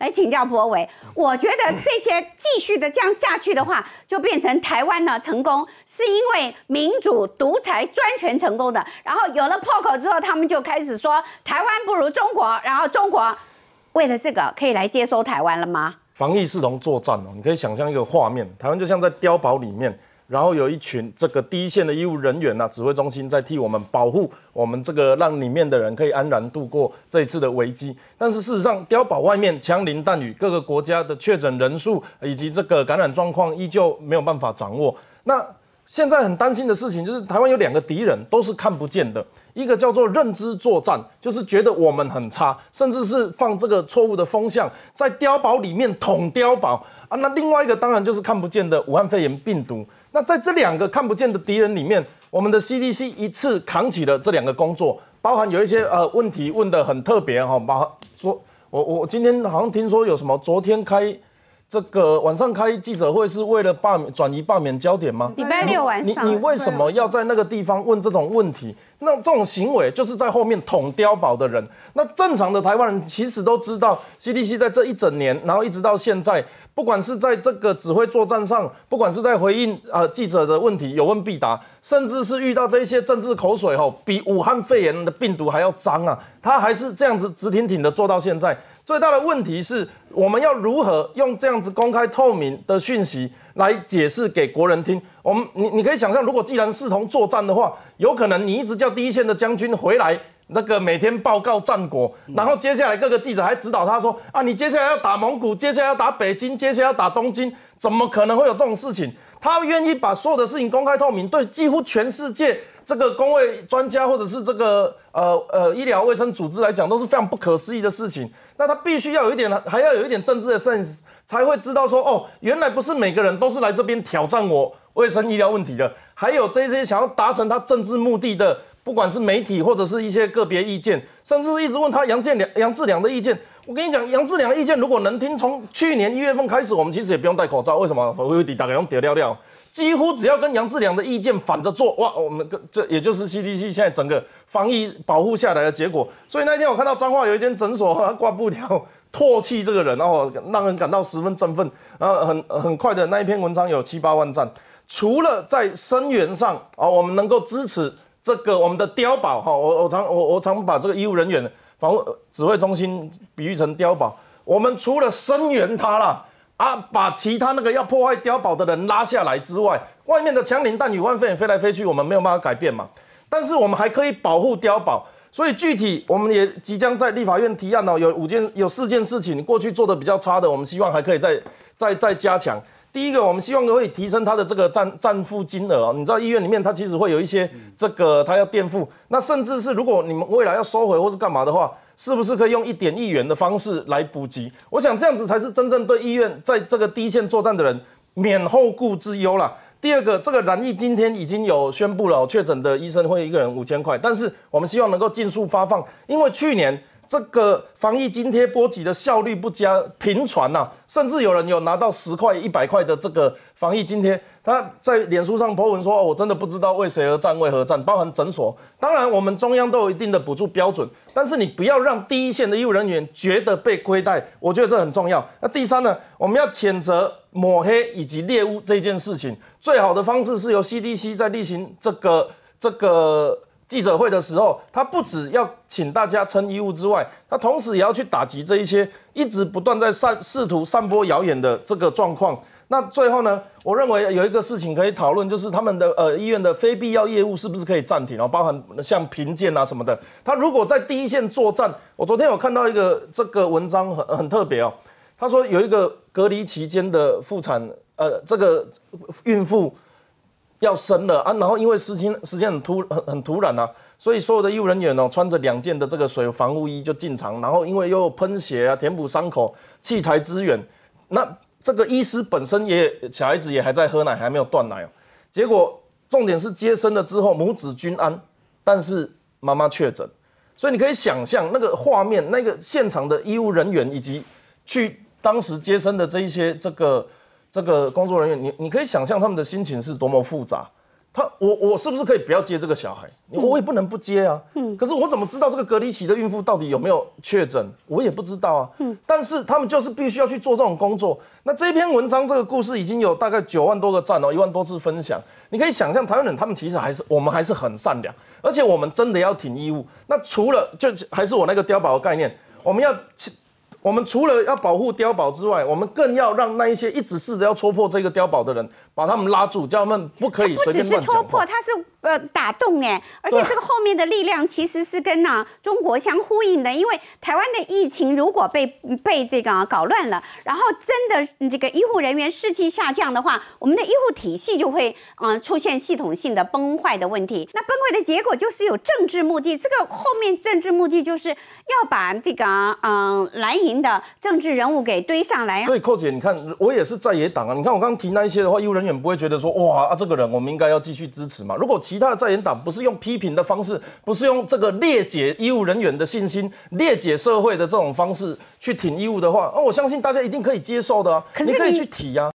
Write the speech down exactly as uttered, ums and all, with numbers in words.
来请教柏惟。我觉得这些继续的这样下去的话，就变成台湾呢成功是因为民主独裁专权成功的，然后有了破口之后，他们就开始说台湾不如中国，然后中国为了这个可以来接收台湾了吗？ 防疫视同作战哦，你可以想象一个画面，台湾就像在碉堡里面。然后有一群这个第一线的医务人员呐、啊，指挥中心在替我们保护我们这个，让里面的人可以安然度过这一次的危机。但是事实上，碉堡外面枪林弹雨，各个国家的确诊人数以及这个感染状况依旧没有办法掌握。那现在很担心的事情就是，台湾有两个敌人都是看不见的，一个叫做认知作战，就是觉得我们很差，甚至是放这个错误的风向，在碉堡里面捅碉堡啊。那另外一个当然就是看不见的武汉肺炎病毒。那在这两个看不见的敌人里面，我们的 C D C 一次扛起了这两个工作，包含有一些呃问题问得很特别哈，包含说我我今天好像听说有什么，昨天开这个晚上开记者会是为了罢免转移罢免焦点吗？ 礼拜六晚上， 你你为什么要在那个地方问这种问题？那这种行为就是在后面捅碉堡的人。那正常的台湾人其实都知道 ，C D C 在这一整年，然后一直到现在。不管是在这个指挥作战上，不管是在回应呃记者的问题有问必答，甚至是遇到这一些政治口水吼，比武汉肺炎的病毒还要脏啊，他还是这样子直挺挺的做到现在。最大的问题是，我们要如何用这样子公开透明的讯息来解释给国人听？我们你你可以想象，如果既然视同作战的话，有可能你一直叫第一线的将军回来。那个每天报告战果，然后接下来各个记者还指导他说啊，你接下来要打蒙古，接下来要打北京，接下来要打东京，怎么可能会有这种事情？他愿意把所有的事情公开透明，对几乎全世界这个公卫专家或者是这个呃呃医疗卫生组织来讲，都是非常不可思议的事情。那他必须要有一点，还要有一点政治的 sense， 才会知道说哦，原来不是每个人都是来这边挑战我卫生医疗问题的，还有这些想要达成他政治目的的。不管是媒体或者是一些个别意见，甚至是一直问他杨建良、杨志良的意见。我跟你讲，杨志良的意见如果能听，从去年一月份开始，我们其实也不用戴口罩。为什么？我会大概用叠料料，几乎只要跟杨志良的意见反着做，哇，我们这也就是 C D C 现在整个防疫保护下来的结果。所以那天我看到彰化有一间诊所，他挂布条唾弃这个人，然后让人感到十分振奋。然后很很快的那一篇文章有七八万赞。除了在声援上啊，我们能够支持。这个我们的碉堡哈，我我常我我常把这个医务人员防护指挥中心比喻成碉堡。我们除了声援他啦，啊，把其他那个要破坏碉堡的人拉下来之外，外面的枪林弹雨、武汉肺炎飞来飞去，我们没有办法改变嘛。但是我们还可以保护碉堡，所以具体我们也即将在立法院提案哦，有五件有四件事情，过去做的比较差的，我们希望还可以再再再加强。第一个，我们希望可以提升它的这个暂暂付金额哦。你知道医院里面它其实会有一些这个它要垫付，那甚至是如果你们未来要收回或是干嘛的话，是不是可以用一点一元的方式来补给？我想这样子才是真正对医院在这个第一线作战的人免后顾之忧啦。第二个，这个染疫今天已经有宣布了，确诊的医生会一个人五千块，但是我们希望能够尽速发放，因为去年。这个防疫津贴拨给的效率不佳，频传呐，甚至有人有拿到十块、一百块的这个防疫津贴。他在脸书上 po 文说：“哦，我真的不知道为谁而战，为何战？”包含诊所，当然我们中央都有一定的补助标准，但是你不要让第一线的医务人员觉得被亏待，我觉得这很重要。那第三呢，我们要谴责抹黑以及猎污这件事情，最好的方式是由 C D C 在例行这个这个。记者会的时候，他不只要请大家称医务之外，他同时也要去打击这一些一直不断在散试图散播谣言的这个状况。那最后呢，我认为有一个事情可以讨论，就是他们的呃医院的非必要业务是不是可以暂停哦，包含像评鉴啊什么的。他如果在第一线作战，我昨天有看到一个这个文章很很特别哦，他说有一个隔离期间的妇产呃这个孕妇。要生了啊，然后因为时间时间很突很很突然啊，所以所有的医务人员哦穿着两件的这个水防护衣就进场，然后因为又有喷血啊、填补伤口、器材支援，那这个医师本身也小孩子也还在喝奶，还没有断奶哦。结果重点是接生了之后母子均安，但是妈妈确诊，所以你可以想象那个画面，那个现场的医务人员以及去当时接生的这一些这个。这个工作人员，你你可以想象他们的心情是多么复杂。 他我我是不是可以不要接这个小孩？我也不能不接啊。嗯，可是我怎么知道这个隔离期的孕妇到底有没有确诊？我也不知道啊。嗯，但是他们就是必须要去做这种工作。那这篇文章这个故事已经有大概九万多个赞哦，一万多次分享。你可以想象，台湾人他们其实还是我们还是很善良，而且我们真的要挺义务。那除了就还是我那个碉堡的概念，我们要。我们除了要保护碉堡之外，我们更要让那一些一直试着要戳破这个碉堡的人，把他们拉住，叫他们不可以随便乱讲话。 不只是戳破，他是呃打动哎，而且这个后面的力量其实是跟呐、啊、中国相呼应的，因为台湾的疫情如果被被这个、啊、搞乱了，然后真的这个医护人员士气下降的话，我们的医护体系就会啊、呃、出现系统性的崩坏的问题。那崩坏的结果就是有政治目的，这个后面政治目的就是要把这个嗯、呃、蓝营的政治人物给堆上来。 所以寇姐，你看我也是在野党啊，你看我刚刚提那一些的话，医护人员不会觉得说哇啊这个人我们应该要继续支持嘛？如果其他的在野党不是用批评的方式，不是用这个裂解医务人员的信心、裂解社会的这种方式去挺医务的话，那、哦、我相信大家一定可以接受的啊，你可以去提啊。